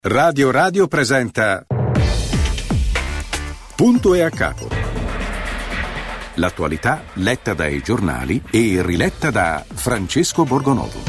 Radio Radio presenta Punto e a capo. L'attualità letta dai giornali e riletta da Francesco Borgonovo.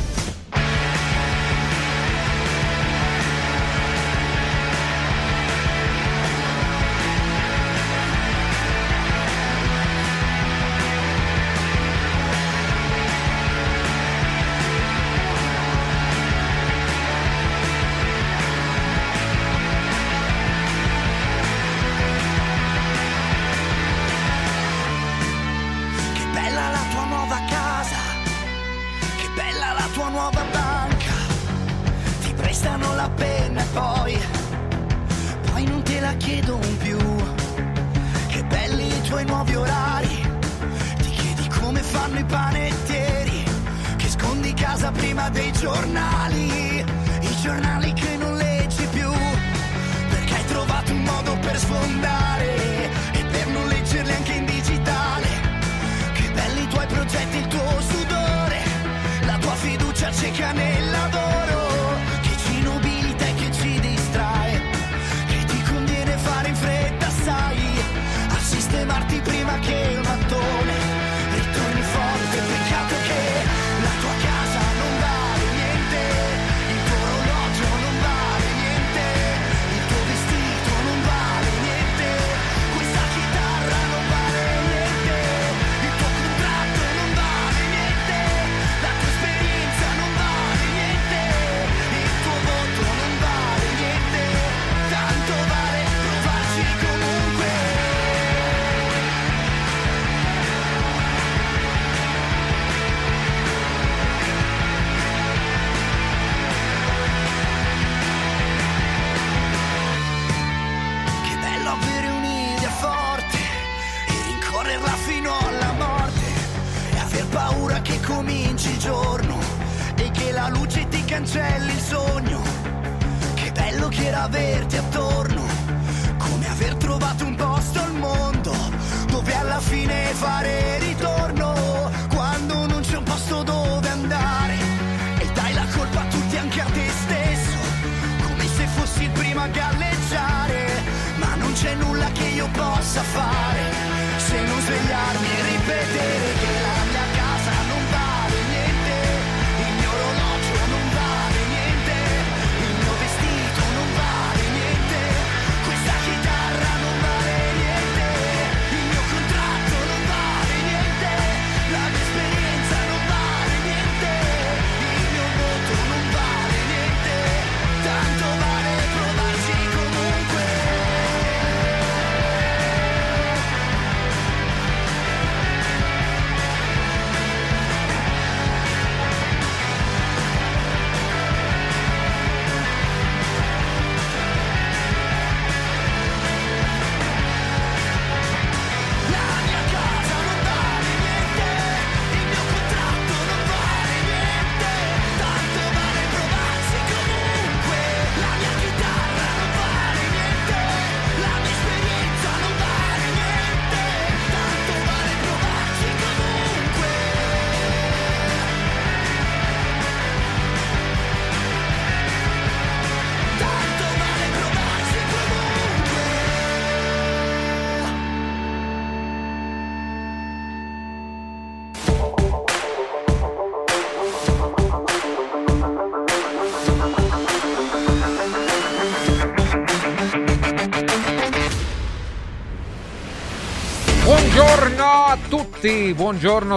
Buongiorno,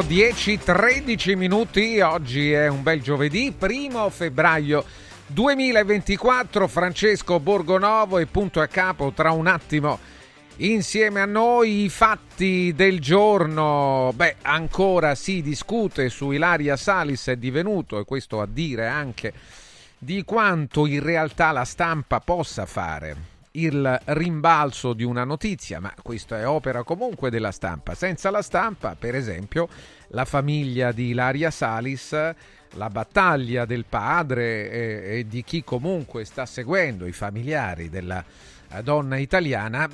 10:13 minuti, oggi è un bel giovedì, 1 febbraio 2024, Francesco Borgonovo e Punto a capo tra un attimo insieme a noi. I fatti del giorno, ancora si discute su Ilaria Salis, è divenuto, e questo a dire anche di quanto in realtà la stampa possa fare il rimbalzo di una notizia, ma questo è opera comunque della stampa. Senza la stampa, per esempio, la famiglia di Ilaria Salis, la battaglia del padre e di chi comunque sta seguendo, i familiari della donna italiana,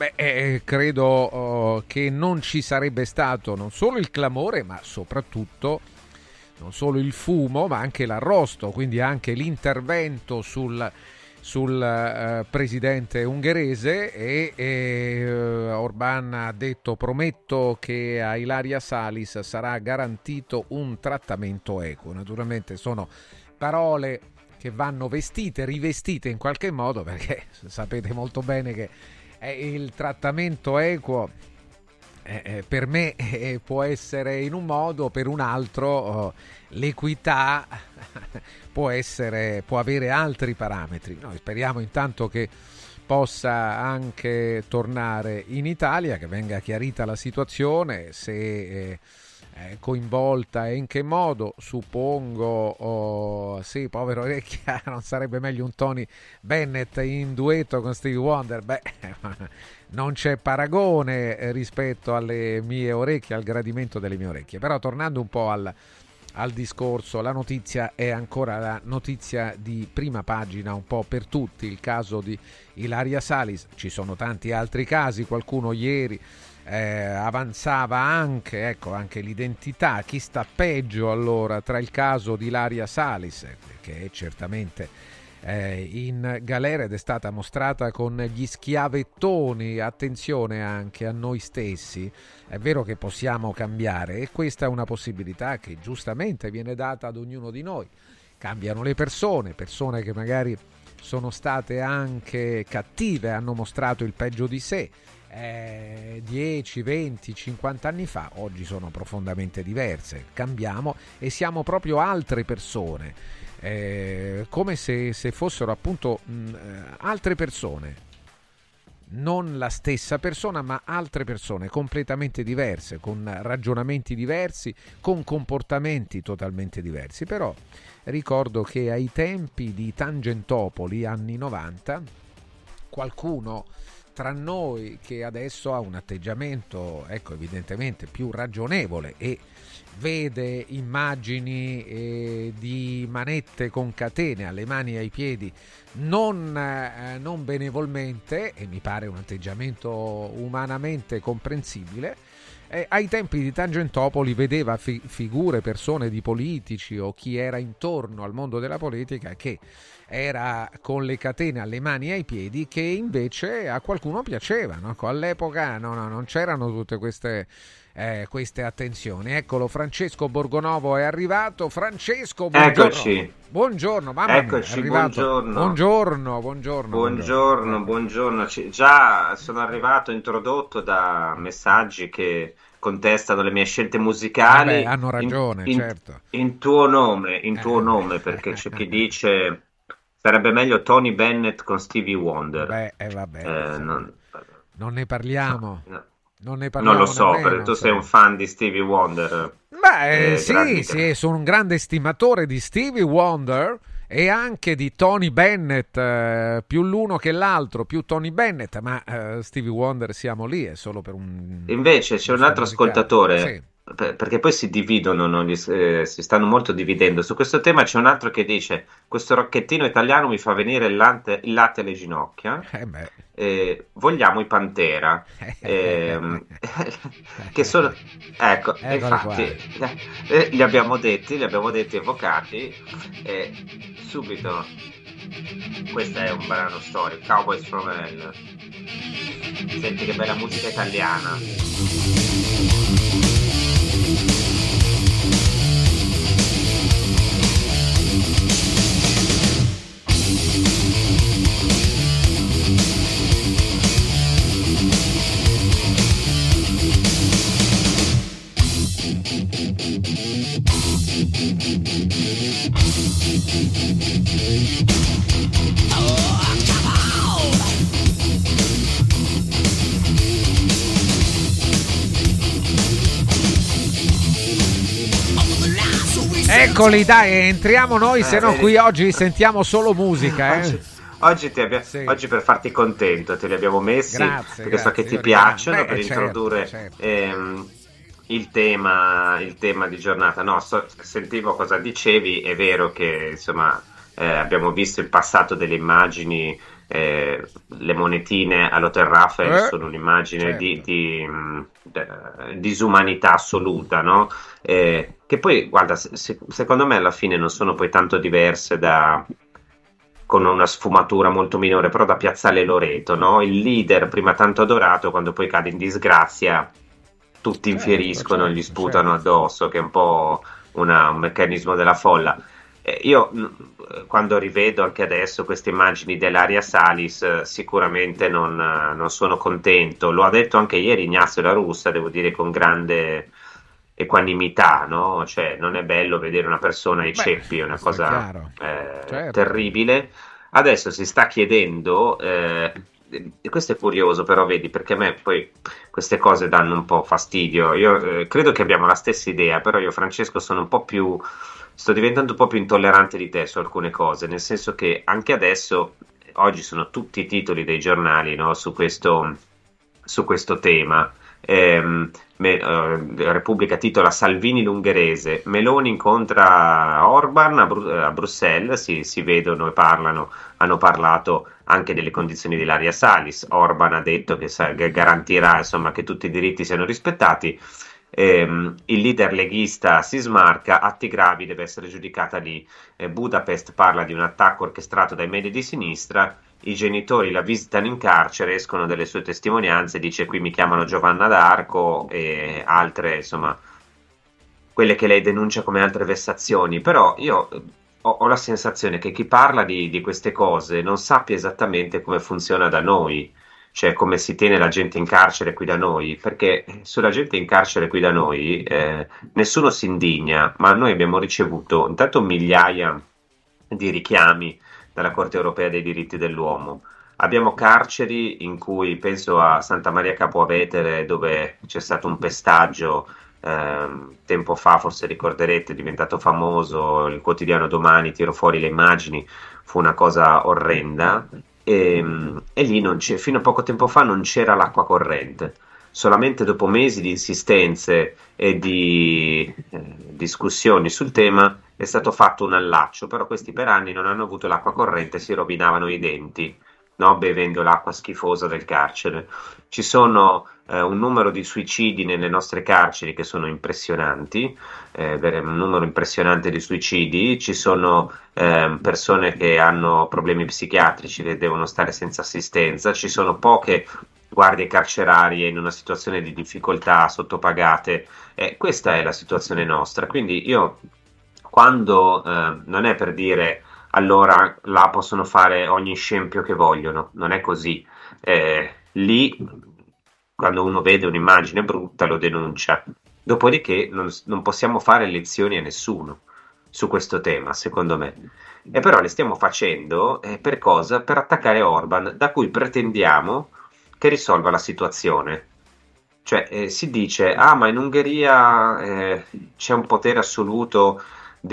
credo che non ci sarebbe stato non solo il clamore, ma soprattutto non solo il fumo, ma anche l'arrosto, quindi anche l'intervento sul sul presidente ungherese e Orbán ha detto: prometto che a Ilaria Salis sarà garantito un trattamento equo. Naturalmente sono parole che vanno vestite, rivestite in qualche modo, perché sapete molto bene che il trattamento equo per me può essere in un modo, per un altro l'equità può avere altri parametri. Noi speriamo intanto che possa anche tornare in Italia, che venga chiarita la situazione, se coinvolta e in che modo. Suppongo sì, povero Orecchia, non sarebbe meglio un Tony Bennett in duetto con Stevie Wonder? Beh, non c'è paragone rispetto alle mie orecchie, al gradimento delle mie orecchie. Però tornando un po' al discorso, la notizia è ancora la notizia di prima pagina un po' per tutti, il caso di Ilaria Salis. Ci sono tanti altri casi, qualcuno ieri avanzava anche l'identità, chi sta peggio allora tra il caso di Ilaria Salis, che è certamente in galera ed è stata mostrata con gli schiavettoni. Attenzione anche a noi stessi, è vero che possiamo cambiare e questa è una possibilità che giustamente viene data ad ognuno di noi. Cambiano le persone che magari sono state anche cattive, hanno mostrato il peggio di sé 10, 20, 50 anni fa, oggi sono profondamente diverse, cambiamo e siamo proprio altre persone, come se fossero appunto altre persone, non la stessa persona ma altre persone completamente diverse, con ragionamenti diversi, con comportamenti totalmente diversi. Però ricordo che ai tempi di Tangentopoli, anni 90, qualcuno tra noi che adesso ha un atteggiamento evidentemente più ragionevole e vede immagini di manette con catene alle mani e ai piedi non benevolmente, e mi pare un atteggiamento umanamente comprensibile. Ai tempi di Tangentopoli vedeva figure, persone di politici o chi era intorno al mondo della politica che era con le catene alle mani e ai piedi, che invece a qualcuno piacevano. All'epoca non c'erano tutte queste attenzioni. Eccolo, Francesco Borgonovo è arrivato. Francesco, buongiorno. Eccoci. Buongiorno, mamma Eccoci, mia, è arrivato. Buongiorno. Già sono arrivato introdotto da messaggi che contestano le mie scelte musicali. Hanno ragione, certo. In tuo nome, perché c'è chi dice sarebbe meglio Tony Bennett con Stevie Wonder. Non ne parliamo. No. Non lo so, nemmeno, perché tu sei un fan di Stevie Wonder. Sì, sono un grande stimatore di Stevie Wonder e anche di Tony Bennett, più l'uno che l'altro, più Tony Bennett, ma Stevie Wonder siamo lì, è solo per un... Invece c'è un altro ascoltatore, sì. Perché poi si dividono, no? Si stanno molto dividendo. Su questo tema c'è un altro che dice: questo rocchettino italiano mi fa venire il latte alle ginocchia. Vogliamo i Pantera, che sono, ecco, infatti li abbiamo detti evocati, subito. Questo è un brano storico, Cowboys from Hell. Senti che bella musica italiana. Eccoli, dai, entriamo noi, se no qui oggi sentiamo solo musica. Oggi per farti contento te li abbiamo messi, perché so che ti piacciono, per introdurre il tema di giornata. No, sentivo cosa dicevi, è vero che insomma abbiamo visto in passato delle immagini, le monetine all'Hotel Raffles sono un'immagine di disumanità assoluta, no? Che poi, guarda, secondo me alla fine non sono poi tanto diverse da con una sfumatura molto minore, però da Piazzale Loreto, no? Il leader prima tanto adorato, quando poi cade in disgrazia, tutti infieriscono, gli sputano addosso, che è un po' un meccanismo della folla. Io quando rivedo anche adesso queste immagini dell'Aria Salis, sicuramente non sono contento. Lo ha detto anche ieri Ignazio La Russa, devo dire con grande equanimità, no? Cioè, non è bello vedere una persona ai ceppi, è una cosa terribile. Adesso si sta chiedendo, e questo è curioso, però vedi, perché a me poi queste cose danno un po' fastidio. Io credo che abbiamo la stessa idea, però io, Francesco, sto diventando un po' più intollerante di te su alcune cose, nel senso che anche adesso, oggi sono tutti i titoli dei giornali, no, su questo tema. Repubblica titola Salvini l'ungherese, Meloni incontra Orban a Bruxelles, si vedono e hanno parlato anche delle condizioni dell'Aria Salis. Orban ha detto che garantirà, insomma, che tutti i diritti siano rispettati. Il leader leghista si smarca, atti gravi, deve essere giudicata lì. Budapest parla di un attacco orchestrato dai media di sinistra. I genitori la visitano in carcere, escono delle sue testimonianze, dice: qui mi chiamano Giovanna d'Arco e altre, insomma, quelle che lei denuncia come altre vessazioni. Però io ho la sensazione che chi parla di queste cose non sappia esattamente come funziona da noi, cioè come si tiene la gente in carcere qui da noi, perché sulla gente in carcere qui da noi nessuno si indigna, ma noi abbiamo ricevuto intanto migliaia di richiami dalla Corte Europea dei Diritti dell'Uomo. Abbiamo carceri in cui, penso a Santa Maria Capua Vetere, dove c'è stato un pestaggio tempo fa, forse ricorderete, è diventato famoso il quotidiano Domani, tiro fuori le immagini, fu una cosa orrenda, e lì fino a poco tempo fa non c'era l'acqua corrente. Solamente dopo mesi di insistenze e di discussioni sul tema è stato fatto un allaccio, però questi per anni non hanno avuto l'acqua corrente, si rovinavano i denti, no? Bevendo l'acqua schifosa del carcere. Ci sono un numero di suicidi nelle nostre carceri che sono impressionanti, un numero impressionante di suicidi. Ci sono persone che hanno problemi psichiatrici che devono stare senza assistenza, ci sono poche guardie carcerarie in una situazione di difficoltà, sottopagate. Questa è la situazione nostra, quindi io, quando non è per dire allora là possono fare ogni scempio che vogliono, non è così. Lì, quando uno vede un'immagine brutta, lo denuncia. Dopodiché non possiamo fare lezioni a nessuno su questo tema, secondo me. E però le stiamo facendo per cosa? Per attaccare Orban, da cui pretendiamo che risolva la situazione. Cioè si dice: ah, ma in Ungheria c'è un potere assoluto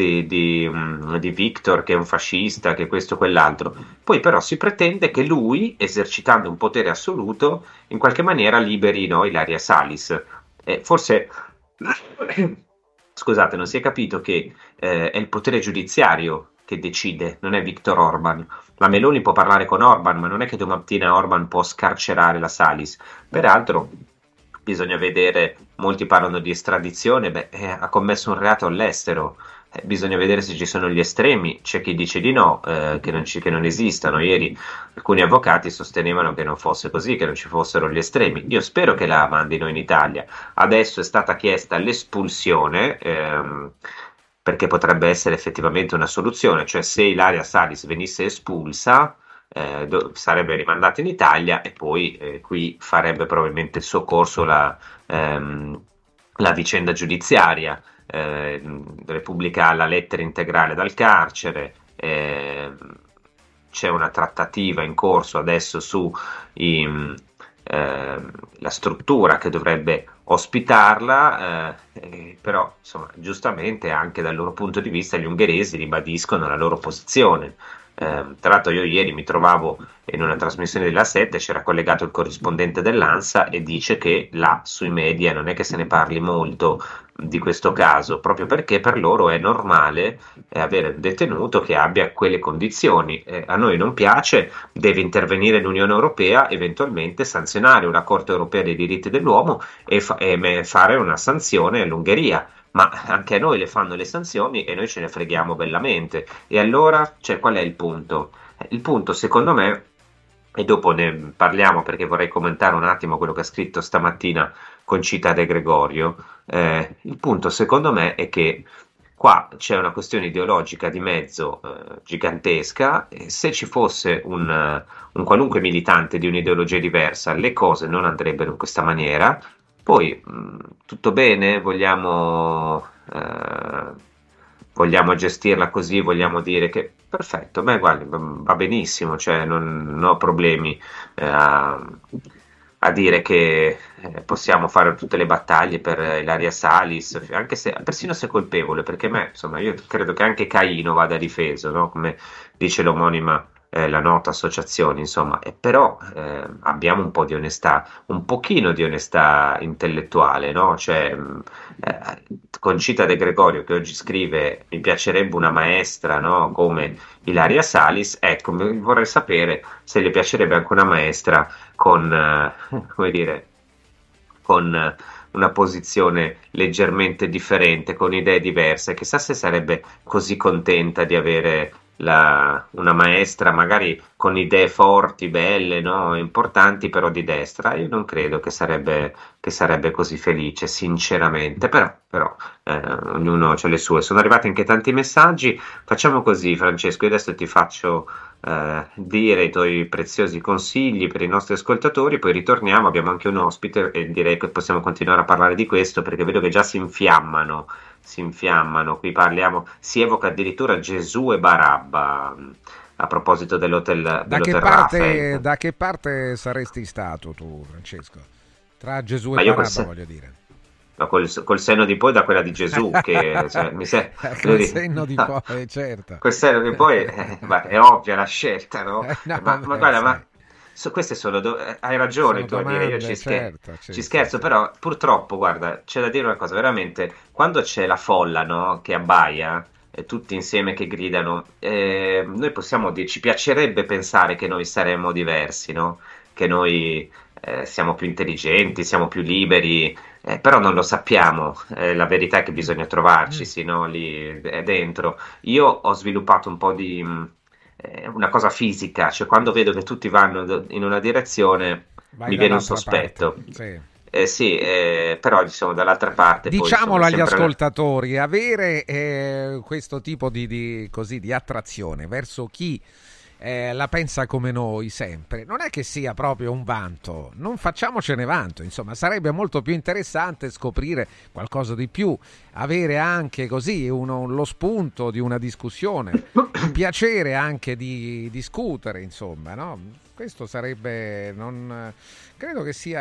di Viktor, che è un fascista, che questo e quell'altro. Poi però si pretende che lui, esercitando un potere assoluto, in qualche maniera liberi, no, Ilaria Salis. Forse scusate, non si è capito che è il potere giudiziario che decide, non è Viktor Orban. La Meloni può parlare con Orban, ma non è che domattina Orban può scarcerare la Salis. Peraltro bisogna vedere, molti parlano di estradizione, ha commesso un reato all'estero. Bisogna vedere se ci sono gli estremi. C'è chi dice di no, che non esistano. Ieri alcuni avvocati sostenevano che non fosse così, che non ci fossero gli estremi. Io spero che la mandino in Italia. Adesso è stata chiesta l'espulsione, perché potrebbe essere effettivamente una soluzione, cioè se Ilaria Salis venisse espulsa sarebbe rimandata in Italia e poi qui farebbe probabilmente il suo corso la vicenda giudiziaria. Repubblica la lettera integrale dal carcere, c'è una trattativa in corso adesso su la struttura che dovrebbe ospitarla, però insomma giustamente anche dal loro punto di vista gli ungheresi ribadiscono la loro posizione. Tra l'altro io ieri mi trovavo in una trasmissione della 7, c'era collegato il corrispondente dell'ANSA e dice che là sui media non è che se ne parli molto di questo caso, proprio perché per loro è normale avere un detenuto che abbia quelle condizioni. A noi non piace, deve intervenire l'Unione Europea, eventualmente sanzionare una Corte Europea dei Diritti dell'Uomo e fare una sanzione all'Ungheria. Ma anche a noi le fanno le sanzioni e noi ce ne freghiamo bellamente. E allora, cioè, qual è il punto? Il punto, secondo me, e dopo ne parliamo perché vorrei commentare un attimo quello che ha scritto stamattina Concita De Gregorio, il punto, secondo me, è che qua c'è una questione ideologica di mezzo gigantesca, e se ci fosse un qualunque militante di un'ideologia diversa, le cose non andrebbero in questa maniera. Poi tutto bene, vogliamo gestirla così, vogliamo dire che perfetto, beh, guardi, va benissimo, cioè non ho problemi a dire che possiamo fare tutte le battaglie per Ilaria Salis, anche se persino se colpevole, perché insomma, io credo che anche Caino vada difeso, no? Come dice l'omonima la nota associazione, insomma, e però abbiamo un po' di onestà, un pochino di onestà intellettuale, no? Cioè, Concita De Gregorio che oggi scrive mi piacerebbe una maestra, no? Come Ilaria Salis, ecco, vorrei sapere se le piacerebbe anche una maestra con, come dire, con una posizione leggermente differente, con idee diverse, chissà se sarebbe così contenta di avere una maestra magari con idee forti, belle, no? Importanti, però di destra. Io non credo che sarebbe così felice, sinceramente, però ognuno ha le sue. Sono arrivati anche tanti messaggi. Facciamo così, Francesco, io adesso ti faccio dire i tuoi preziosi consigli per i nostri ascoltatori, poi ritorniamo, abbiamo anche un ospite e direi che possiamo continuare a parlare di questo perché vedo che già si infiammano, qui si evoca addirittura Gesù e Barabba a proposito dell'hotel Rafael. Da che parte saresti stato tu, Francesco? Tra Gesù e Barabba, voglio dire. No, col senno di poi da quella di Gesù che cioè, col senno di poi, certo. Col senno di poi è ovvia la scelta, no? Ma guarda, queste sono hai ragione tu a dire, io ci scherzo, però purtroppo guarda, c'è da dire una cosa, veramente, quando c'è la folla, no, che abbaia e tutti insieme che gridano, noi possiamo dire, ci piacerebbe pensare che noi saremmo diversi, no? Che noi siamo più intelligenti, siamo più liberi, però non lo sappiamo, la verità è che bisogna trovarci, sino lì dentro. Io ho sviluppato un po' di una cosa fisica, cioè quando vedo che tutti vanno in una direzione mi viene un sospetto. Sì, però diciamo dall'altra parte diciamolo poi, agli ascoltatori, avere questo tipo di attrazione verso chi la pensa come noi sempre, non è che sia proprio un vanto, non facciamocene vanto, insomma sarebbe molto più interessante scoprire qualcosa di più, avere anche così lo spunto di una discussione, il piacere anche di discutere, insomma, no? Questo sarebbe, credo che sia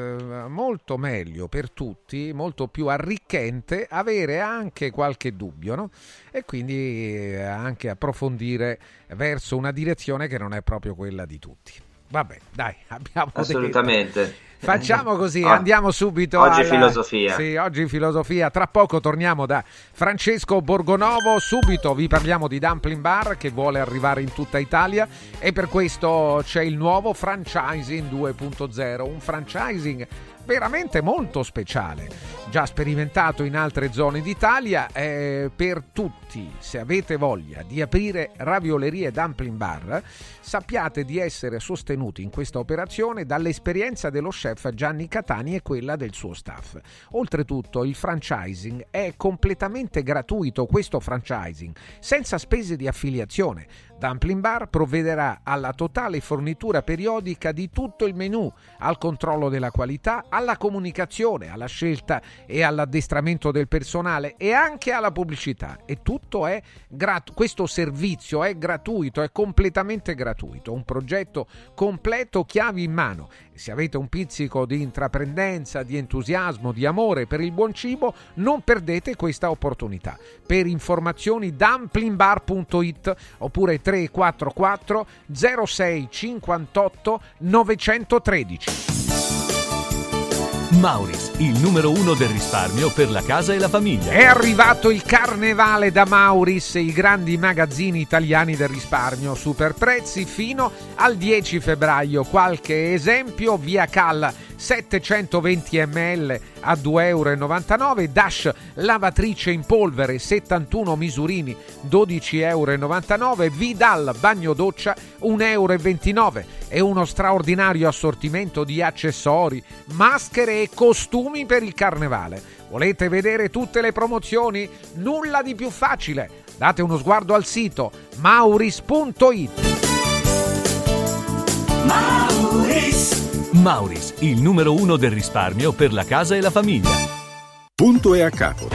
molto meglio per tutti, molto più arricchente avere anche qualche dubbio, no? E quindi anche approfondire verso una direzione che non è proprio quella di tutti. Vabbè, dai, abbiamo assolutamente detto. Facciamo così, andiamo subito oggi filosofia. Sì, oggi filosofia. Tra poco torniamo da Francesco Borgonovo, subito vi parliamo di Dumpling Bar che vuole arrivare in tutta Italia e per questo c'è il nuovo franchising 2.0, un franchising veramente molto speciale, già sperimentato in altre zone d'Italia, per tutti. Se avete voglia di aprire raviolerie Dumpling Bar, sappiate di essere sostenuti in questa operazione dall'esperienza dello chef Gianni Catani e quella del suo staff. Oltretutto il franchising è completamente gratuito, questo franchising, senza spese di affiliazione. Dumpling Bar provvederà alla totale fornitura periodica di tutto il menù, al controllo della qualità, alla comunicazione, alla scelta e all'addestramento del personale e anche alla pubblicità. E tutto è questo servizio è gratuito, è completamente gratuito, un progetto completo, chiavi in mano. Se avete un pizzico di intraprendenza, di entusiasmo, di amore per il buon cibo, non perdete questa opportunità. Per informazioni dumplingbar.it oppure 344 06 58 913. Mauris, il numero 1 del risparmio per la casa e la famiglia. È arrivato il carnevale da Mauris, i grandi magazzini italiani del risparmio, super prezzi fino al 10 febbraio. Qualche esempio: via Calla 720 ml a €2,99, Dash lavatrice in polvere 71 misurini €12,99, Vidal bagno doccia €1,29 e uno straordinario assortimento di accessori, maschere e costumi per il carnevale. Volete vedere tutte le promozioni? Nulla di più facile. Date uno sguardo al sito mauris.it. Mauris, il numero 1 del risparmio per la casa e la famiglia. Punto e a capo.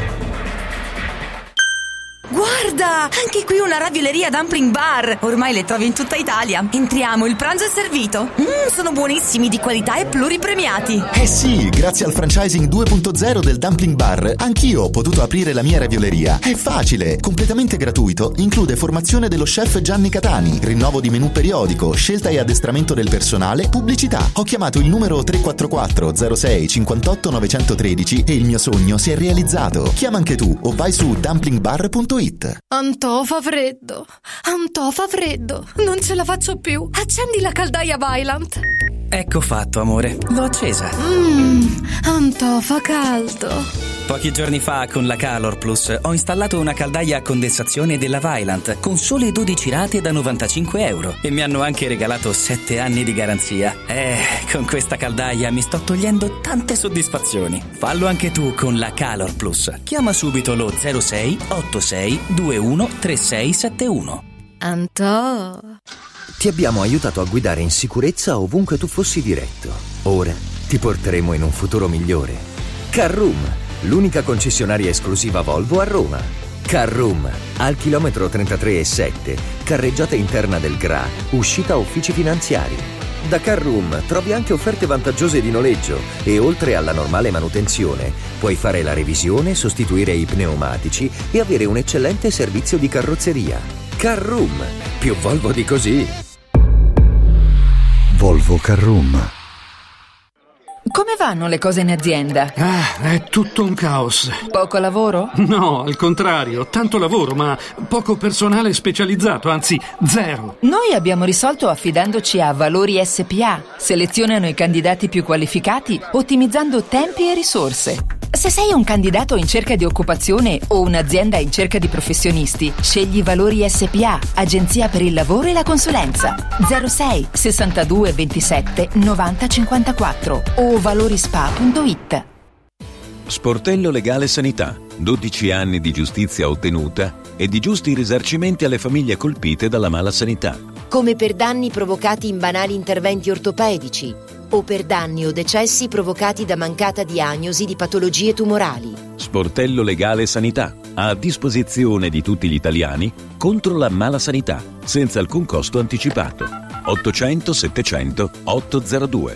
Guarda, anche qui una ravioleria Dumpling Bar. Ormai le trovi in tutta Italia. Entriamo, il pranzo è servito. Sono buonissimi, di qualità e pluripremiati. Eh sì, grazie al franchising 2.0 del Dumpling Bar, anch'io ho potuto aprire la mia ravioleria. È facile, completamente gratuito, include formazione dello chef Gianni Catani, rinnovo di menù periodico, scelta e addestramento del personale, pubblicità. Ho chiamato il numero 344 06 58 913 e il mio sogno si è realizzato. Chiama anche tu o vai su dumplingbar.it. Antò fa freddo, non ce la faccio più. Accendi la caldaia Vaillant. Ecco fatto, amore, l'ho accesa. Antò fa caldo. Pochi giorni fa con la Calor Plus ho installato una caldaia a condensazione della Vaillant con sole 12 rate da €95 e mi hanno anche regalato 7 anni di garanzia. Con questa caldaia mi sto togliendo tante soddisfazioni. Fallo anche tu con la Calor Plus. Chiama subito lo 06 86 21 3671. Antò. Ti abbiamo aiutato a guidare in sicurezza ovunque tu fossi diretto. Ora ti porteremo in un futuro migliore. Carroom, l'unica concessionaria esclusiva Volvo a Roma. Carroom, al chilometro 33,7, carreggiata interna del GRA, uscita uffici finanziari. Da Carroom trovi anche offerte vantaggiose di noleggio e oltre alla normale manutenzione puoi fare la revisione, sostituire i pneumatici e avere un eccellente servizio di carrozzeria. Carroom, più Volvo di così. Volvo Carroom. Come vanno le cose in azienda? È tutto un caos. Poco lavoro? No, al contrario, tanto lavoro, ma poco personale specializzato, anzi zero. Noi abbiamo risolto affidandoci a Valori SPA. Selezionano i candidati più qualificati, ottimizzando tempi e risorse. Se sei un candidato in cerca di occupazione o un'azienda in cerca di professionisti, scegli Valori SPA, agenzia per il lavoro e la consulenza. 06 62 27 90 54 o valorispa.it. Sportello Legale Sanità. 12 anni di giustizia ottenuta e di giusti risarcimenti alle famiglie colpite dalla mala sanità. Come per danni provocati in banali interventi ortopedici o per danni o decessi provocati da mancata diagnosi di patologie tumorali. Sportello Legale Sanità, a disposizione di tutti gli italiani contro la mala sanità, senza alcun costo anticipato. 800 700 802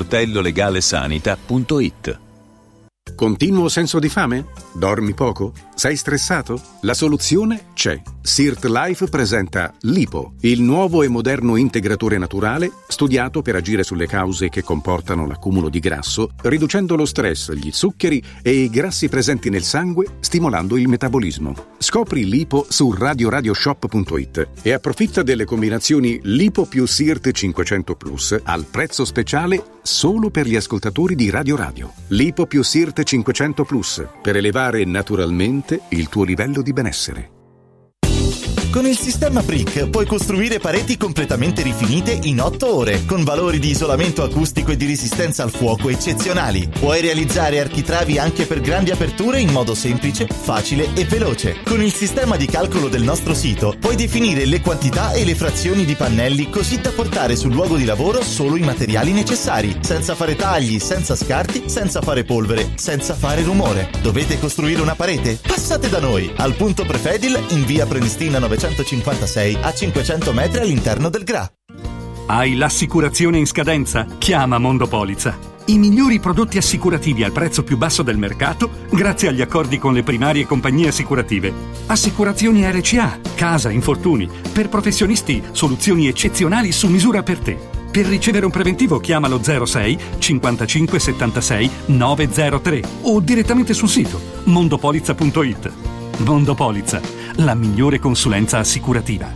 sportellolegalesanita.it. Continuo senso di fame? Dormi poco? Sei stressato? La soluzione c'è. Sirt Life presenta Lipo, il nuovo e moderno integratore naturale studiato per agire sulle cause che comportano l'accumulo di grasso, riducendo lo stress, gli zuccheri e i grassi presenti nel sangue, stimolando il metabolismo. Scopri Lipo su radioradioshop.it e approfitta delle combinazioni Lipo più Sirt 500 Plus al prezzo speciale solo per gli ascoltatori di Radio Radio. Lipo più Sirt 500 Plus per elevare naturalmente il tuo livello di benessere. Con il sistema Brick puoi costruire pareti completamente rifinite in 8 ore, con valori di isolamento acustico e di resistenza al fuoco eccezionali. Puoi realizzare architravi anche per grandi aperture in modo semplice, facile e veloce. Con il sistema di calcolo del nostro sito puoi definire le quantità e le frazioni di pannelli così da portare sul luogo di lavoro solo i materiali necessari, senza fare tagli, senza scarti, senza fare polvere, senza fare rumore. Dovete costruire una parete? Passate da noi, al punto Prefedil in via Prenestina 956 a 500 metri all'interno del GRA. Hai l'assicurazione in scadenza? Chiama Mondopolizza. I migliori prodotti assicurativi al prezzo più basso del mercato grazie agli accordi con le primarie compagnie assicurative. Assicurazioni RCA, casa, infortuni. Per professionisti, soluzioni eccezionali su misura per te. Per ricevere un preventivo chiamalo 06 55 76 903 o direttamente sul sito mondopolizza.it. Mondopolizza, la migliore consulenza assicurativa.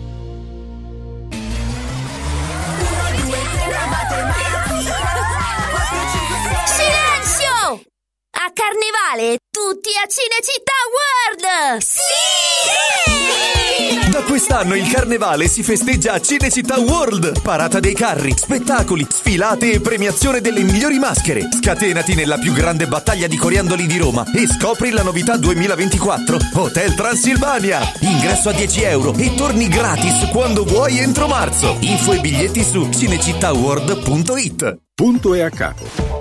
a Cinecittà World! Sì! Da quest'anno il carnevale si festeggia a Cinecittà World. Parata dei carri, spettacoli, sfilate e premiazione delle migliori maschere. Scatenati nella più grande battaglia di coriandoli di Roma e scopri la novità 2024 Hotel Transilvania. Ingresso a 10 euro e torni gratis quando vuoi entro marzo. Info e biglietti su cinecittàworld.it. Punto e a capo.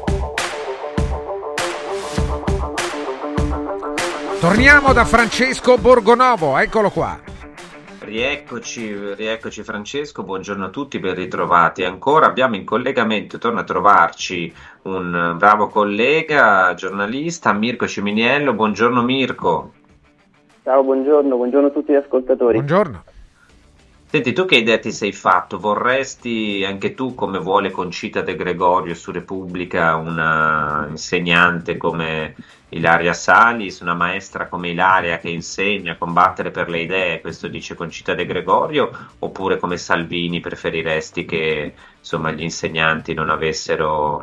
Torniamo da Francesco Borgonovo, eccolo qua. Rieccoci Francesco, buongiorno a tutti, ben ritrovati. Ancora abbiamo in collegamento, torna a trovarci un bravo collega, giornalista, Mirko Ciminiello. Buongiorno Mirko. Ciao, buongiorno a tutti gli ascoltatori. Buongiorno. Senti, tu che idea ti sei fatto? Vorresti anche tu, come vuole Concita De Gregorio su Repubblica, una insegnante come Ilaria Salis, una maestra come Ilaria che insegna a combattere per le idee, questo dice Concita De Gregorio, oppure come Salvini preferiresti che insomma gli insegnanti non avessero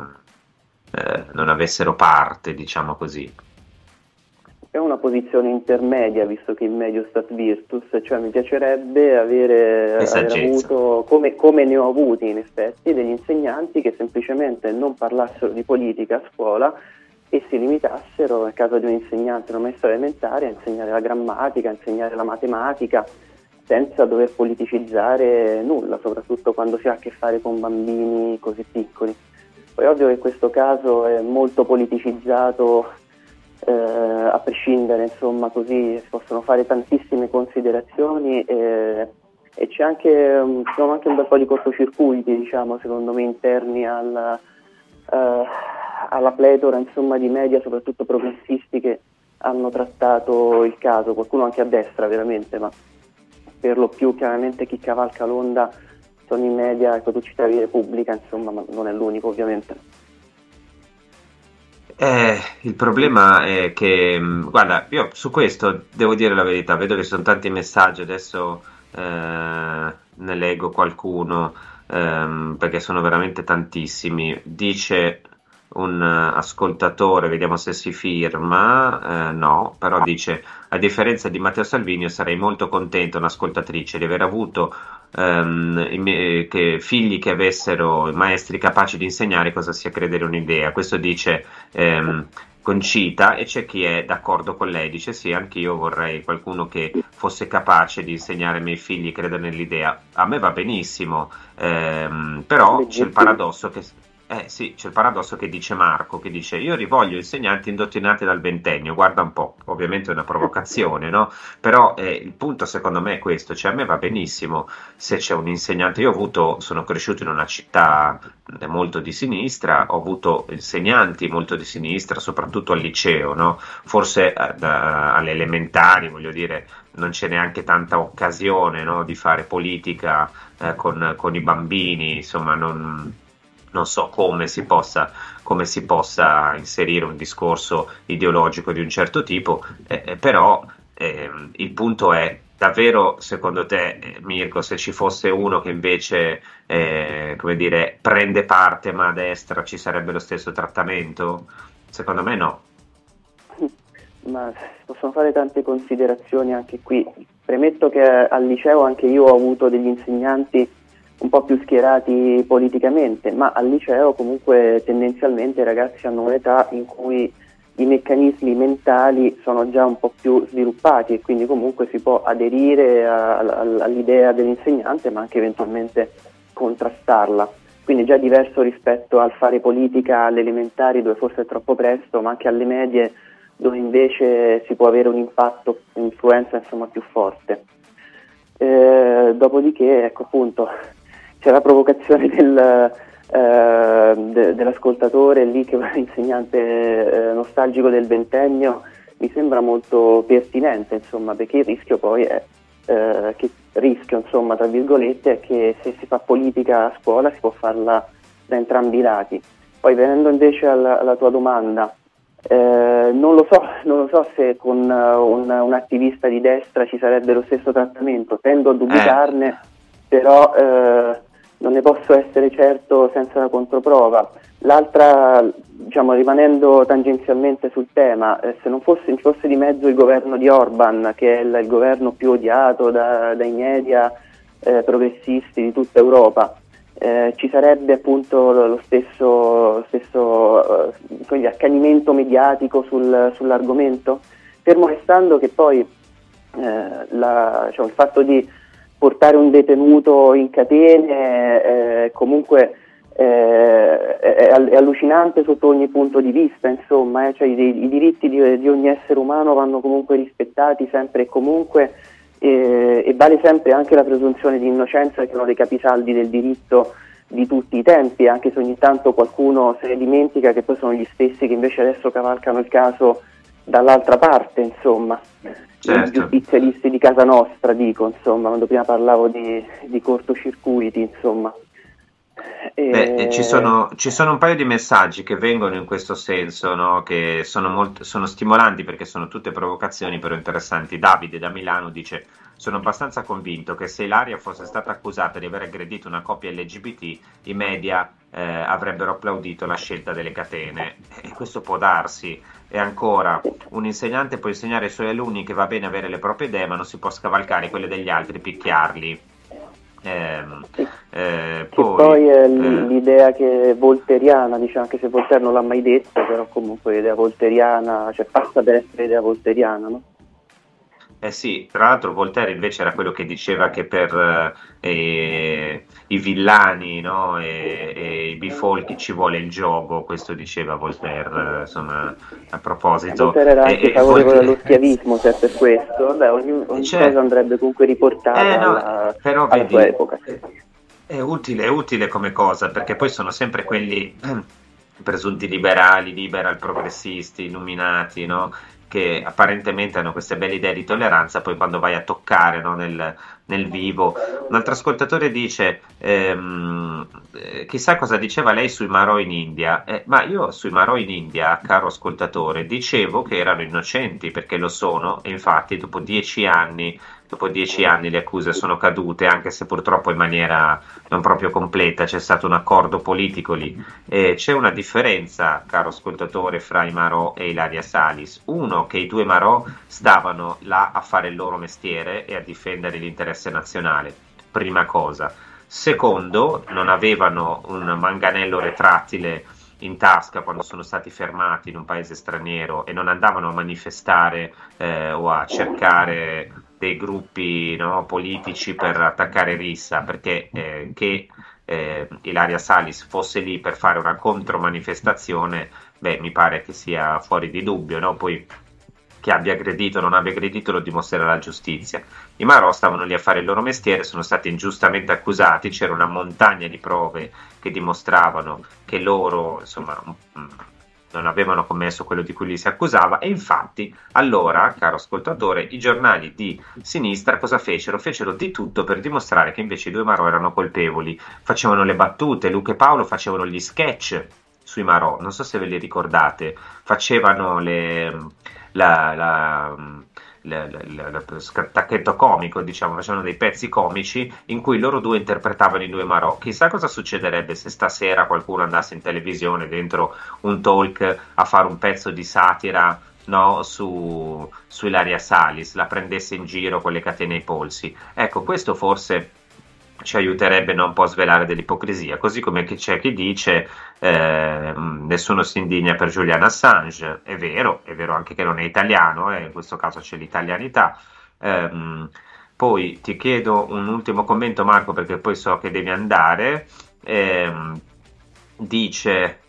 parte, diciamo così? È una posizione intermedia, visto che in medio stat virtus, cioè mi piacerebbe aver avuto, come ne ho avuti in effetti, degli insegnanti che semplicemente non parlassero di politica a scuola e si limitassero, nel caso di un insegnante, una maestra elementare, a insegnare la grammatica, a insegnare la matematica, senza dover politicizzare nulla, soprattutto quando si ha a che fare con bambini così piccoli. Poi è ovvio che questo caso è molto politicizzato, a prescindere, insomma, così si possono fare tantissime considerazioni e c'è anche, sono anche un bel po' di cortocircuiti, diciamo, secondo me, interni alla pletora, insomma, di media, soprattutto progressisti, che hanno trattato il caso, qualcuno anche a destra veramente, ma per lo più chiaramente chi cavalca l'onda sono i media, ecco, tu citavi Repubblica, insomma, ma non è l'unico ovviamente. Il problema è che, guarda, io su questo devo dire la verità, vedo che ci sono tanti messaggi, adesso ne leggo qualcuno, perché sono veramente tantissimi. Dice un ascoltatore, vediamo se si firma, no, però dice: a differenza di Matteo Salvini io sarei molto contento, un'ascoltatrice, di aver avuto figli che avessero maestri capaci di insegnare cosa sia credere un'idea. Questo dice Concita, e c'è chi è d'accordo con lei, dice sì, anch'io vorrei qualcuno che fosse capace di insegnare ai miei figli a credere nell'idea. A me va benissimo, però c'è il paradosso che sì, c'è il paradosso che dice Marco, che dice: io rivoglio insegnanti indottrinati dal ventennio. Guarda un po', ovviamente è una provocazione, no? Però il punto secondo me è questo, cioè a me va benissimo se c'è un insegnante. Sono cresciuto in una città molto di sinistra, ho avuto insegnanti molto di sinistra, soprattutto al liceo, no? Forse alle elementari, voglio dire, non c'è neanche tanta occasione, no, di fare politica con i bambini, insomma non so come si possa inserire un discorso ideologico di un certo tipo, però il punto è, davvero, secondo te, Mirko, se ci fosse uno che invece come dire, prende parte ma a destra, ci sarebbe lo stesso trattamento? Secondo me no. Ma possono fare tante considerazioni anche qui. Premetto che al liceo anche io ho avuto degli insegnanti un po' più schierati politicamente, ma al liceo comunque tendenzialmente i ragazzi hanno un'età in cui i meccanismi mentali sono già un po' più sviluppati e quindi comunque si può aderire all'idea dell'insegnante, ma anche eventualmente contrastarla. Quindi già diverso rispetto al fare politica alle elementari, dove forse è troppo presto, ma anche alle medie, dove invece si può avere un impatto, un'influenza insomma più forte. Dopodiché, ecco, appunto, c'è la provocazione dell'ascoltatore lì, che è un insegnante nostalgico del ventennio, mi sembra molto pertinente, insomma, perché il rischio poi è insomma, tra virgolette, è che se si fa politica a scuola si può farla da entrambi i lati. Poi venendo invece alla tua domanda, non lo so se con un attivista di destra ci sarebbe lo stesso trattamento, tendo a dubitarne, però non ne posso essere certo senza la controprova. L'altra, diciamo, rimanendo tangenzialmente sul tema, se non ci fosse di mezzo il governo di Orban, che è il governo più odiato dai media progressisti di tutta Europa, ci sarebbe appunto lo stesso accanimento mediatico sull'argomento, fermo restando che poi il fatto di portare un detenuto in catene comunque è allucinante sotto ogni punto di vista, insomma, cioè i diritti di ogni essere umano vanno comunque rispettati sempre e comunque, e vale sempre anche la presunzione di innocenza, che è uno dei capisaldi del diritto di tutti i tempi, anche se ogni tanto qualcuno se ne dimentica che poi sono gli stessi che invece adesso cavalcano il caso dall'altra parte, insomma. Certo. I giustizialisti di casa nostra, dico, insomma, quando prima parlavo di cortocircuiti, insomma. Ci sono un paio di messaggi che vengono in questo senso, no? Che sono stimolanti, perché sono tutte provocazioni però interessanti. Davide da Milano dice: sono abbastanza convinto che se Ilaria fosse stata accusata di aver aggredito una coppia LGBT, i media avrebbero applaudito la scelta delle catene, e questo può darsi. E ancora, un insegnante può insegnare ai suoi alunni che va bene avere le proprie idee, ma non si può scavalcare quelle degli altri, picchiarli. Poi è l'idea che volteriana, diciamo, anche se Voltaire non l'ha mai detta, però comunque l'idea volteriana, cioè passa per essere l'idea volteriana, no? Sì, tra l'altro Voltaire invece era quello che diceva che per i villani, no, e i bifolchi ci vuole il gioco. Questo diceva Voltaire, insomma, a proposito. Voltaire era anche favorevole allo schiavismo, se è per questo. Beh, ogni cosa andrebbe comunque riportata alla sua epoca. È utile come cosa, perché poi sono sempre quelli presunti liberali, liberal progressisti, illuminati, no? Che apparentemente hanno queste belle idee di tolleranza, poi quando vai a toccare, no, nel vivo. Un altro ascoltatore dice chissà cosa diceva lei sui marò in India. Ma io sui marò in India, caro ascoltatore, dicevo che erano innocenti, perché lo sono, e infatti dopo 10 anni le accuse sono cadute, anche se purtroppo in maniera non proprio completa. C'è stato un accordo politico lì. C'è una differenza, caro ascoltatore, fra i marò e Ilaria Salis. Uno, che i due marò stavano là a fare il loro mestiere e a difendere l'interesse nazionale, prima cosa. Secondo, non avevano un manganello retrattile in tasca quando sono stati fermati in un paese straniero, e non andavano a manifestare o a cercare dei gruppi, no, politici per attaccare Rissa, perché che Ilaria Salis fosse lì per fare una contromanifestazione, mi pare che sia fuori di dubbio, no? Poi che abbia aggredito o non abbia aggredito lo dimostrerà la giustizia. I marò stavano lì a fare il loro mestiere, sono stati ingiustamente accusati, c'era una montagna di prove che dimostravano che loro, insomma, non avevano commesso quello di cui li si accusava, e infatti allora, caro ascoltatore, i giornali di sinistra cosa fecero? Fecero di tutto per dimostrare che invece i due marò erano colpevoli, facevano le battute, Luca e Paolo facevano gli sketch sui marò, non so se ve li ricordate, facevano stacchetto comico, diciamo, facevano dei pezzi comici in cui loro due interpretavano i due marò. Chissà cosa succederebbe se stasera qualcuno andasse in televisione dentro un talk a fare un pezzo di satira, no, su Ilaria Salis, la prendesse in giro con le catene ai polsi. Ecco, questo forse ci aiuterebbe, no, un po' a svelare dell'ipocrisia, così come c'è chi dice nessuno si indigna per Julian Assange. È vero anche che non è italiano, in questo caso c'è l'italianità. Poi ti chiedo un ultimo commento, Marco, perché poi so che devi andare. Dice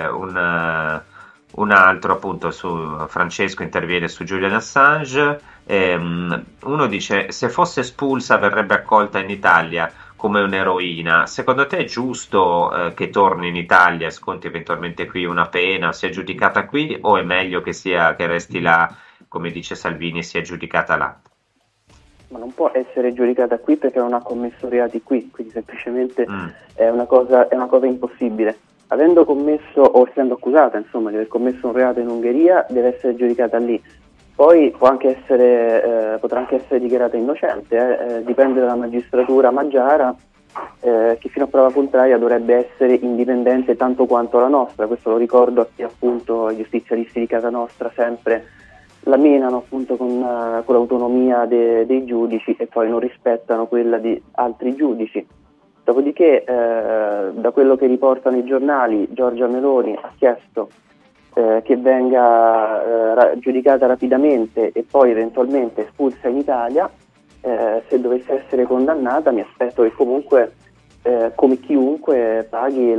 un altro, appunto, su Francesco interviene su Julian Assange. Uno dice: se fosse espulsa verrebbe accolta in Italia come un'eroina. Secondo te è giusto che torni in Italia e sconti eventualmente qui una pena, sia giudicata qui, o è meglio che resti là, come dice Salvini, sia giudicata là? Ma non può essere giudicata qui perché non ha commesso reati qui, quindi semplicemente è una cosa impossibile. Avendo commesso, o essendo accusata, insomma, di aver commesso un reato in Ungheria, deve essere giudicata lì. Poi potrà anche essere dichiarata innocente, dipende dalla magistratura magiara, che fino a prova contraria dovrebbe essere indipendente tanto quanto la nostra. Questo lo ricordo a chi appunto i giustizialisti di casa nostra sempre la menano appunto con l'autonomia dei giudici e poi non rispettano quella di altri giudici. Dopodiché da quello che riportano i giornali, Giorgia Meloni ha chiesto che venga giudicata rapidamente e poi eventualmente espulsa in Italia. Se dovesse essere condannata mi aspetto che comunque come chiunque paghi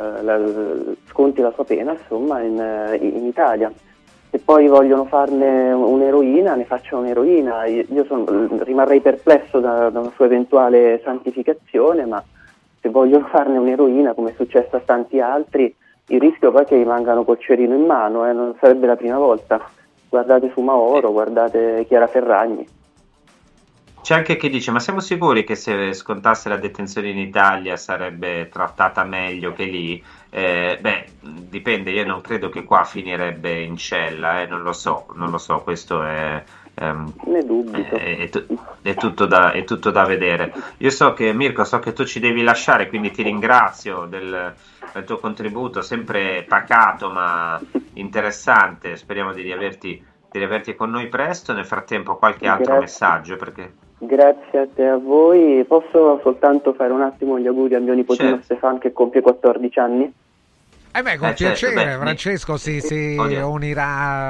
sconti la sua pena insomma in Italia. Se poi vogliono farne un'eroina, ne facciano un'eroina. Io rimarrei perplesso da una sua eventuale santificazione, ma se vogliono farne un'eroina, come è successo a tanti altri, il rischio poi è che rimangano col cerino in mano, non sarebbe la prima volta. Guardate Soumahoro, guardate Chiara Ferragni. C'è anche chi dice, ma siamo sicuri che se scontasse la detenzione in Italia sarebbe trattata meglio che lì? Dipende, io non credo che qua finirebbe in cella, non lo so, questo è... ne dubito. È tutto da vedere. Io so che Mirko, tu ci devi lasciare, quindi ti ringrazio del tuo contributo, sempre pacato ma interessante. Speriamo di riaverti con noi presto. Nel frattempo qualche altro messaggio, perché... Grazie a te, a voi. Posso soltanto fare un attimo gli auguri al mio nipotino, certo. Stefan, che compie 14 anni. Con piacere, Francesco si unirà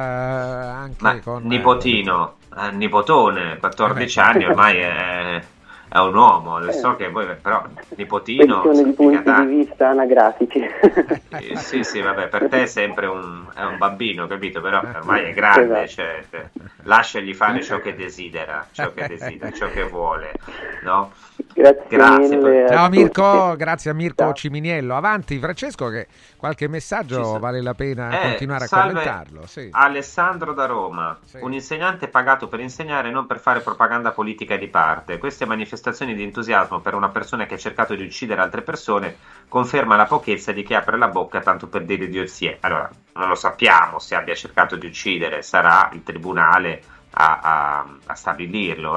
anche con... Nipotone, 14 anni ormai è un uomo, so che voi però nipotino... Questione di punti di vista anagrafici. Sì, vabbè, per te è sempre è un bambino, capito? Però ormai è grande, esatto. Cioè, lasciagli fare ciò che desidera, ciò che vuole, no? Grazie mille. Ciao Mirko, grazie a Mirko Ciminiello. Avanti Francesco, che qualche messaggio vale la pena continuare a commentarlo. Sì. Alessandro da Roma, un insegnante pagato per insegnare, non per fare propaganda politica di parte. Queste manifestazioni di entusiasmo per una persona che ha cercato di uccidere altre persone conferma la pochezza di chi apre la bocca tanto per dire idiozie. Allora, non lo sappiamo se abbia cercato di uccidere, sarà il tribunale a stabilirlo,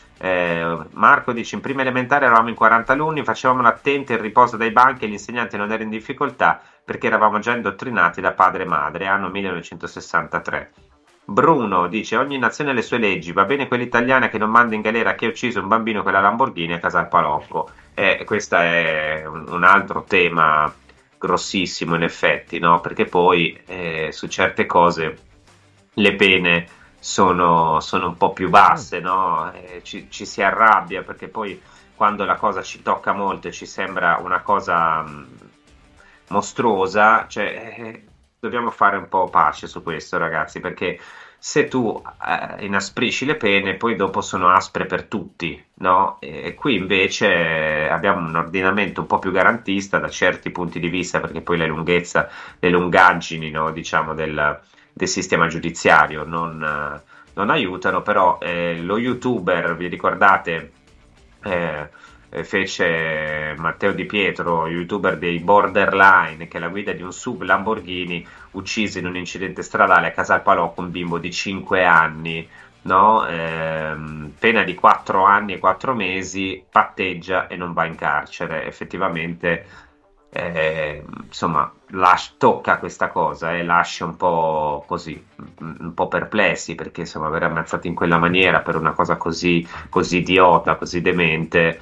Marco dice, in prima elementare eravamo in 40 alunni, facevamo l'attenti, il riposo dai banchi e l'insegnante non era in difficoltà perché eravamo già indottrinati da padre e madre, anno 1963. Bruno dice, ogni nazione ha le sue leggi, va bene quella italiana che non manda in galera chi ha ucciso un bambino con la Lamborghini a Casal Palocco. Questo è un altro tema grossissimo in effetti, no? Perché poi su certe cose le pene sono un po' più basse, no? Ci si arrabbia perché poi quando la cosa ci tocca molto e ci sembra una cosa mostruosa, dobbiamo fare un po' pace su questo, ragazzi, perché se tu inasprisci le pene poi dopo sono aspre per tutti, no? E qui invece abbiamo un ordinamento un po' più garantista da certi punti di vista, perché poi le lungaggini, no, diciamo del sistema giudiziario non aiutano, però lo youtuber, vi ricordate, fece Matteo Di Pietro, youtuber dei Borderline, che alla guida di un sub Lamborghini uccise in un incidente stradale a Casal Palocco un bimbo di 5 anni, no? Pena di 4 anni e 4 mesi, patteggia e non va in carcere. Effettivamente insomma tocca questa cosa e lascia un po' così, un po' perplessi, perché insomma aver ammazzato in quella maniera per una cosa così idiota, così demente,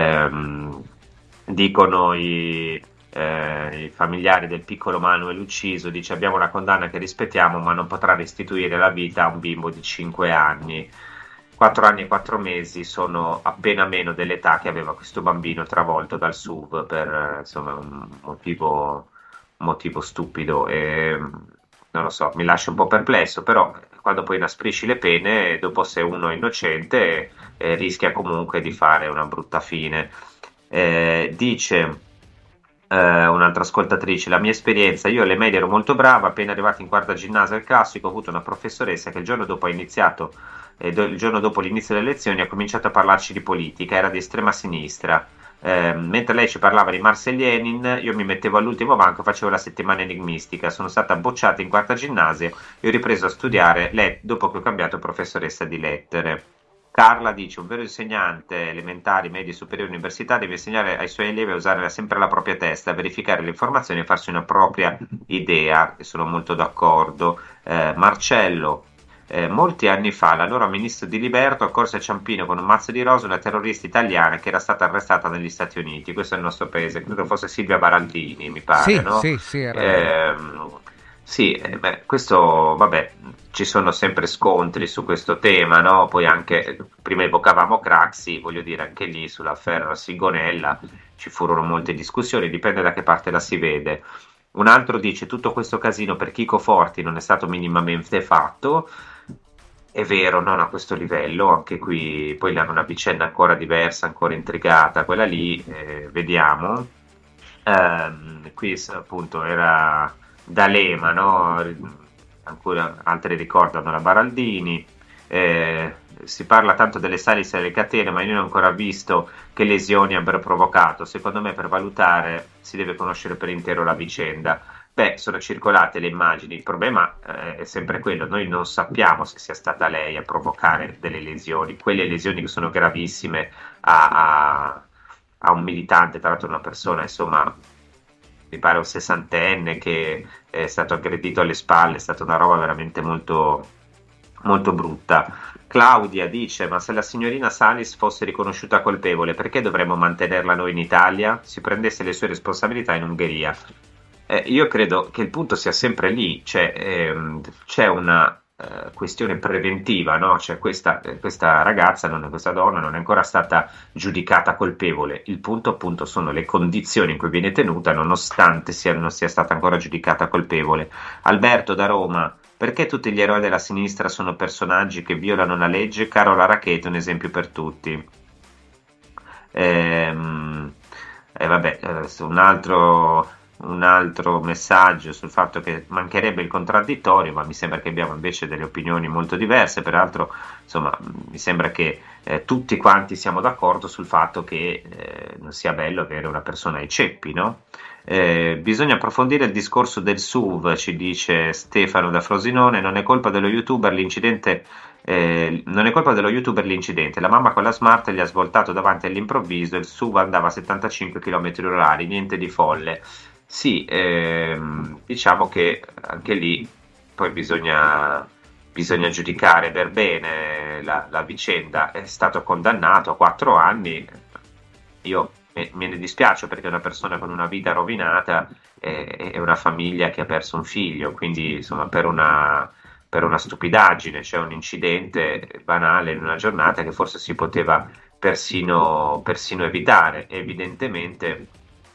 dicono i familiari del piccolo Manuel ucciso, dice abbiamo una condanna che rispettiamo ma non potrà restituire la vita a un bimbo di 5 anni. 4 anni e 4 mesi sono appena meno dell'età che aveva questo bambino travolto dal SUV per insomma un motivo stupido, e non lo so, mi lascia un po' perplesso, però quando poi inasprisci le pene, dopo se uno è innocente rischia comunque di fare una brutta fine. Dice un'altra ascoltatrice, la mia esperienza, io alle medie ero molto brava, appena arrivata in quarta ginnasio al classico ho avuto una professoressa che il giorno dopo l'inizio delle lezioni ha cominciato a parlarci di politica, era di estrema sinistra, mentre lei ci parlava di Marx e Lenin io mi mettevo all'ultimo banco e facevo la settimana enigmistica, sono stata bocciata in quarta ginnasio e ho ripreso a studiare dopo che ho cambiato professoressa di lettere. Carla dice: un vero insegnante elementari, medie, superiori, università deve insegnare ai suoi allievi a usare sempre la propria testa, a verificare le informazioni e farsi una propria idea. E sono molto d'accordo. Marcello: molti anni fa l'allora ministro Diliberto accorse a Ciampino con un mazzo di rose una terrorista italiana che era stata arrestata negli Stati Uniti. Questo è il nostro paese, credo fosse Silvia Baraldini, mi pare, sì, no? Sì, questo, vabbè, ci sono sempre scontri su questo tema, no? Poi anche, prima evocavamo Craxi, voglio dire, anche lì sull'affaire Sigonella ci furono molte discussioni, dipende da che parte la si vede. Un altro dice: tutto questo casino per Chico Forti non è stato minimamente fatto. È vero, non a questo livello, anche qui poi hanno una vicenda ancora diversa, ancora intrigata, quella lì, vediamo. Qui appunto era D'Alema, no? Ancora altri ricordano la Baraldini. Si parla tanto delle Salis e delle catene, ma io non ho ancora visto che lesioni abbiano provocato. Secondo me, per valutare si deve conoscere per intero la vicenda. Beh, sono circolate le immagini, il problema è sempre quello: noi non sappiamo se sia stata lei a provocare delle lesioni, quelle lesioni che sono gravissime a un militante, tra l'altro una persona, insomma, mi pare un 60enne che è stato aggredito alle spalle. È stata una roba veramente molto, molto brutta. Claudia dice: ma se la signorina Salis fosse riconosciuta colpevole, perché dovremmo mantenerla noi in Italia? Si prendesse le sue responsabilità in Ungheria. Io credo che il punto sia sempre lì, c'è una questione preventiva, no? Cioè questa ragazza, questa donna non è ancora stata giudicata colpevole. Il punto appunto sono le condizioni in cui viene tenuta, nonostante non sia stata ancora giudicata colpevole. Alberto da Roma: perché tutti gli eroi della sinistra sono personaggi che violano la legge? Carola Rackete, un esempio per tutti. Un altro messaggio sul fatto che mancherebbe il contraddittorio, ma mi sembra che abbiamo invece delle opinioni molto diverse. Peraltro, insomma, mi sembra che tutti quanti siamo d'accordo sul fatto che non sia bello avere una persona ai ceppi, no? Bisogna approfondire il discorso del SUV, ci dice Stefano da Frosinone. Non è colpa dello youtuber l'incidente. La mamma con la Smart gli ha svoltato davanti all'improvviso, il SUV andava a 75 km/h, niente di folle. Sì, diciamo che anche lì poi bisogna giudicare per bene la vicenda. È stato condannato a 4 anni. Io me ne dispiace, perché è una persona con una vita rovinata e una famiglia che ha perso un figlio, quindi insomma per una stupidaggine, cioè un incidente banale in una giornata che forse si poteva persino evitare. Evidentemente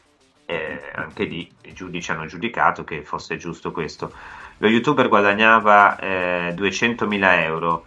anche lì i giudici hanno giudicato che fosse giusto questo. Lo youtuber guadagnava 200.000 euro,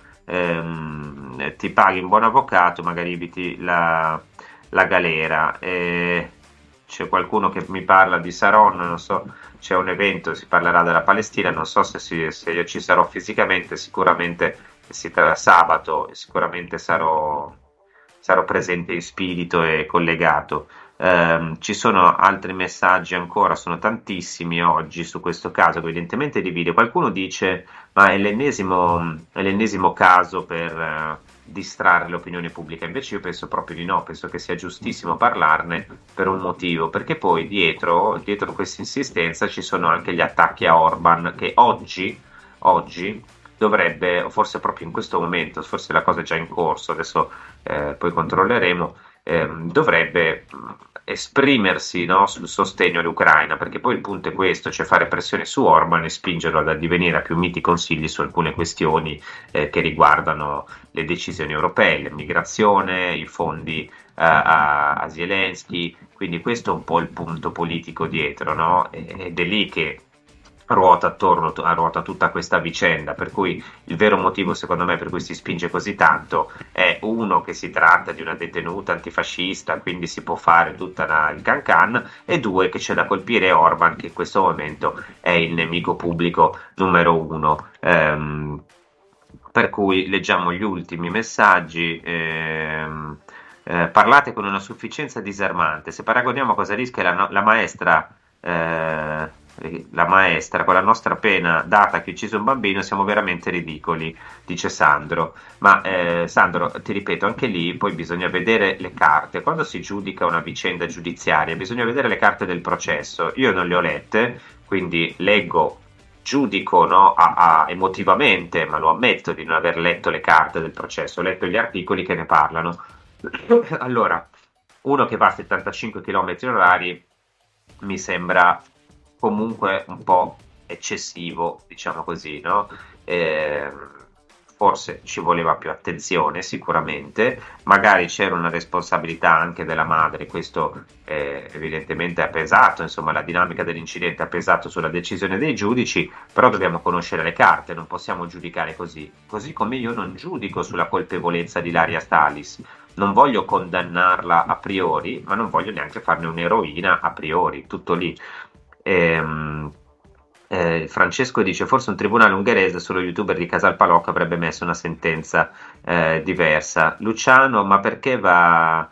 ti paghi un buon avvocato, magari eviti la galera. C'è qualcuno che mi parla di Saron, non so, c'è un evento, si parlerà della Palestina, non so se io ci sarò fisicamente, sicuramente sabato, sicuramente sarò presente in spirito e collegato. Ci sono altri messaggi ancora, sono tantissimi oggi su questo caso, evidentemente divide. Qualcuno dice: ma è l'ennesimo caso per distrarre l'opinione pubblica. Invece io penso proprio di no, penso che sia giustissimo parlarne per un motivo, perché poi dietro questa insistenza ci sono anche gli attacchi a Orban, che oggi dovrebbe, o forse proprio in questo momento, forse la cosa è già in corso, adesso poi controlleremo, dovrebbe esprimersi, no, sul sostegno all'Ucraina, perché poi il punto è questo, cioè fare pressione su Orban e spingerlo ad addivenire a più miti consigli su alcune questioni che riguardano le decisioni europee, l'immigrazione, i fondi a Zelensky. Quindi questo è un po' il punto politico dietro, no? Ed è lì che ruota tutta questa vicenda, per cui il vero motivo secondo me per cui si spinge così tanto è uno, che si tratta di una detenuta antifascista, quindi si può fare tutta il can, e due, che c'è da colpire Orban, che in questo momento è il nemico pubblico numero 1. Per cui leggiamo gli ultimi messaggi. Parlate con una sufficienza disarmante. Se paragoniamo a cosa rischia la maestra la maestra, con la nostra pena data a chi ha ucciso un bambino siamo veramente ridicoli, dice Sandro. Ma Sandro, ti ripeto, anche lì poi bisogna vedere le carte. Quando si giudica una vicenda giudiziaria bisogna vedere le carte del processo. Io non le ho lette, quindi leggo, giudico, no, emotivamente, ma lo ammetto di non aver letto le carte del processo, ho letto gli articoli che ne parlano. Allora, uno che va a 75 km/h mi sembra comunque un po' eccessivo, diciamo così, no? Forse ci voleva più attenzione, sicuramente, magari c'era una responsabilità anche della madre, questo evidentemente ha pesato, insomma la dinamica dell'incidente ha pesato sulla decisione dei giudici, però dobbiamo conoscere le carte, non possiamo giudicare così come io non giudico sulla colpevolezza di Ilaria Salis. Non voglio condannarla a priori, ma non voglio neanche farne un'eroina a priori, tutto lì. Francesco dice: forse un tribunale ungherese sullo youtuber di Casal Palocco avrebbe messo una sentenza diversa. Luciano, ma perché va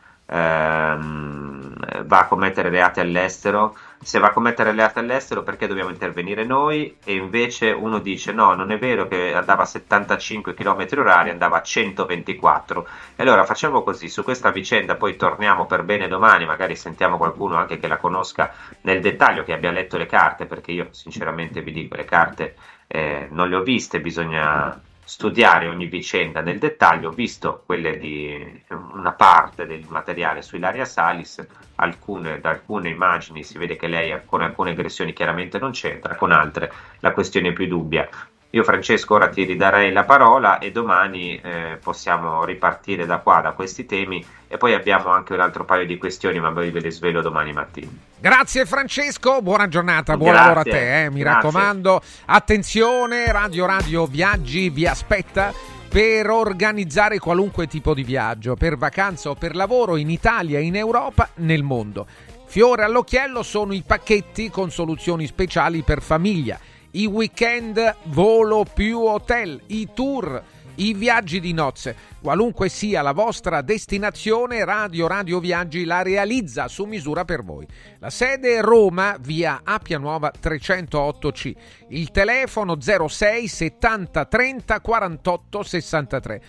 a commettere reati all'estero? Se va a commettere reati all'estero, perché dobbiamo intervenire noi? E invece uno dice: no, non è vero che andava a 75 km/h, andava a 124. E allora facciamo così, su questa vicenda poi torniamo per bene domani, magari sentiamo qualcuno anche che la conosca nel dettaglio, che abbia letto le carte, perché io sinceramente vi dico, le carte non le ho viste, bisogna studiare ogni vicenda nel dettaglio. Ho visto quelle di una parte del materiale su Ilaria Salis, da alcune immagini si vede che lei con alcune aggressioni chiaramente non c'entra, con altre la questione è più dubbia. Io, Francesco, ora ti ridarei la parola e domani possiamo ripartire da qua, da questi temi, e poi abbiamo anche un altro paio di questioni, ma ve le svelo domani mattina. Grazie Francesco, buona giornata, buon lavoro a te, mi raccomando. Attenzione, Radio Viaggi vi aspetta per organizzare qualunque tipo di viaggio, per vacanza o per lavoro, in Italia, in Europa, nel mondo. Fiore all'occhiello sono i pacchetti con soluzioni speciali per famiglia, i weekend volo più hotel, i tour, i viaggi di nozze. Qualunque sia la vostra destinazione, Radio Viaggi la realizza su misura per voi. La sede è Roma, via Appia Nuova 308C. Il telefono 06 70 30 48 63.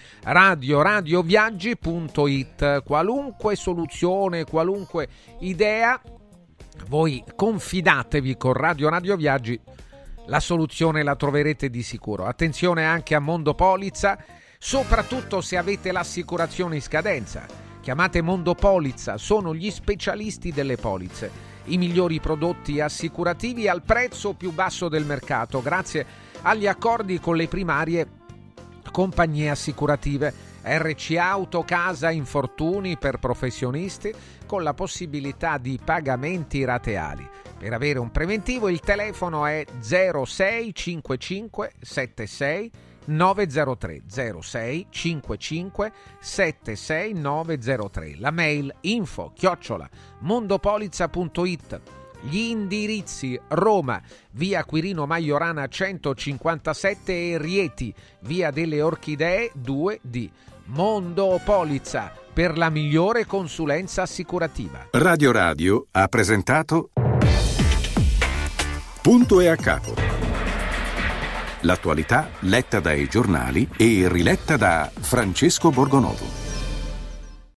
radioviaggi.it. Qualunque soluzione, qualunque idea, voi confidatevi con Radio Viaggi. La soluzione la troverete di sicuro. Attenzione anche a Mondo Polizza, soprattutto se avete l'assicurazione in scadenza. Chiamate Mondo Polizza, sono gli specialisti delle polizze. I migliori prodotti assicurativi al prezzo più basso del mercato, grazie agli accordi con le primarie compagnie assicurative. RC Auto, casa, infortuni per professionisti, con la possibilità di pagamenti rateali. Per avere un preventivo il telefono è 06 55 76 903 06 55 76 903. La mail info@mondopolizza.it. Gli indirizzi: Roma, via Quirino Maiorana 157 e Rieti, via delle Orchidee 2D. Mondo Polizza, per la migliore consulenza assicurativa. Radio ha presentato Punto e a capo. L'attualità letta dai giornali e riletta da Francesco Borgonovo.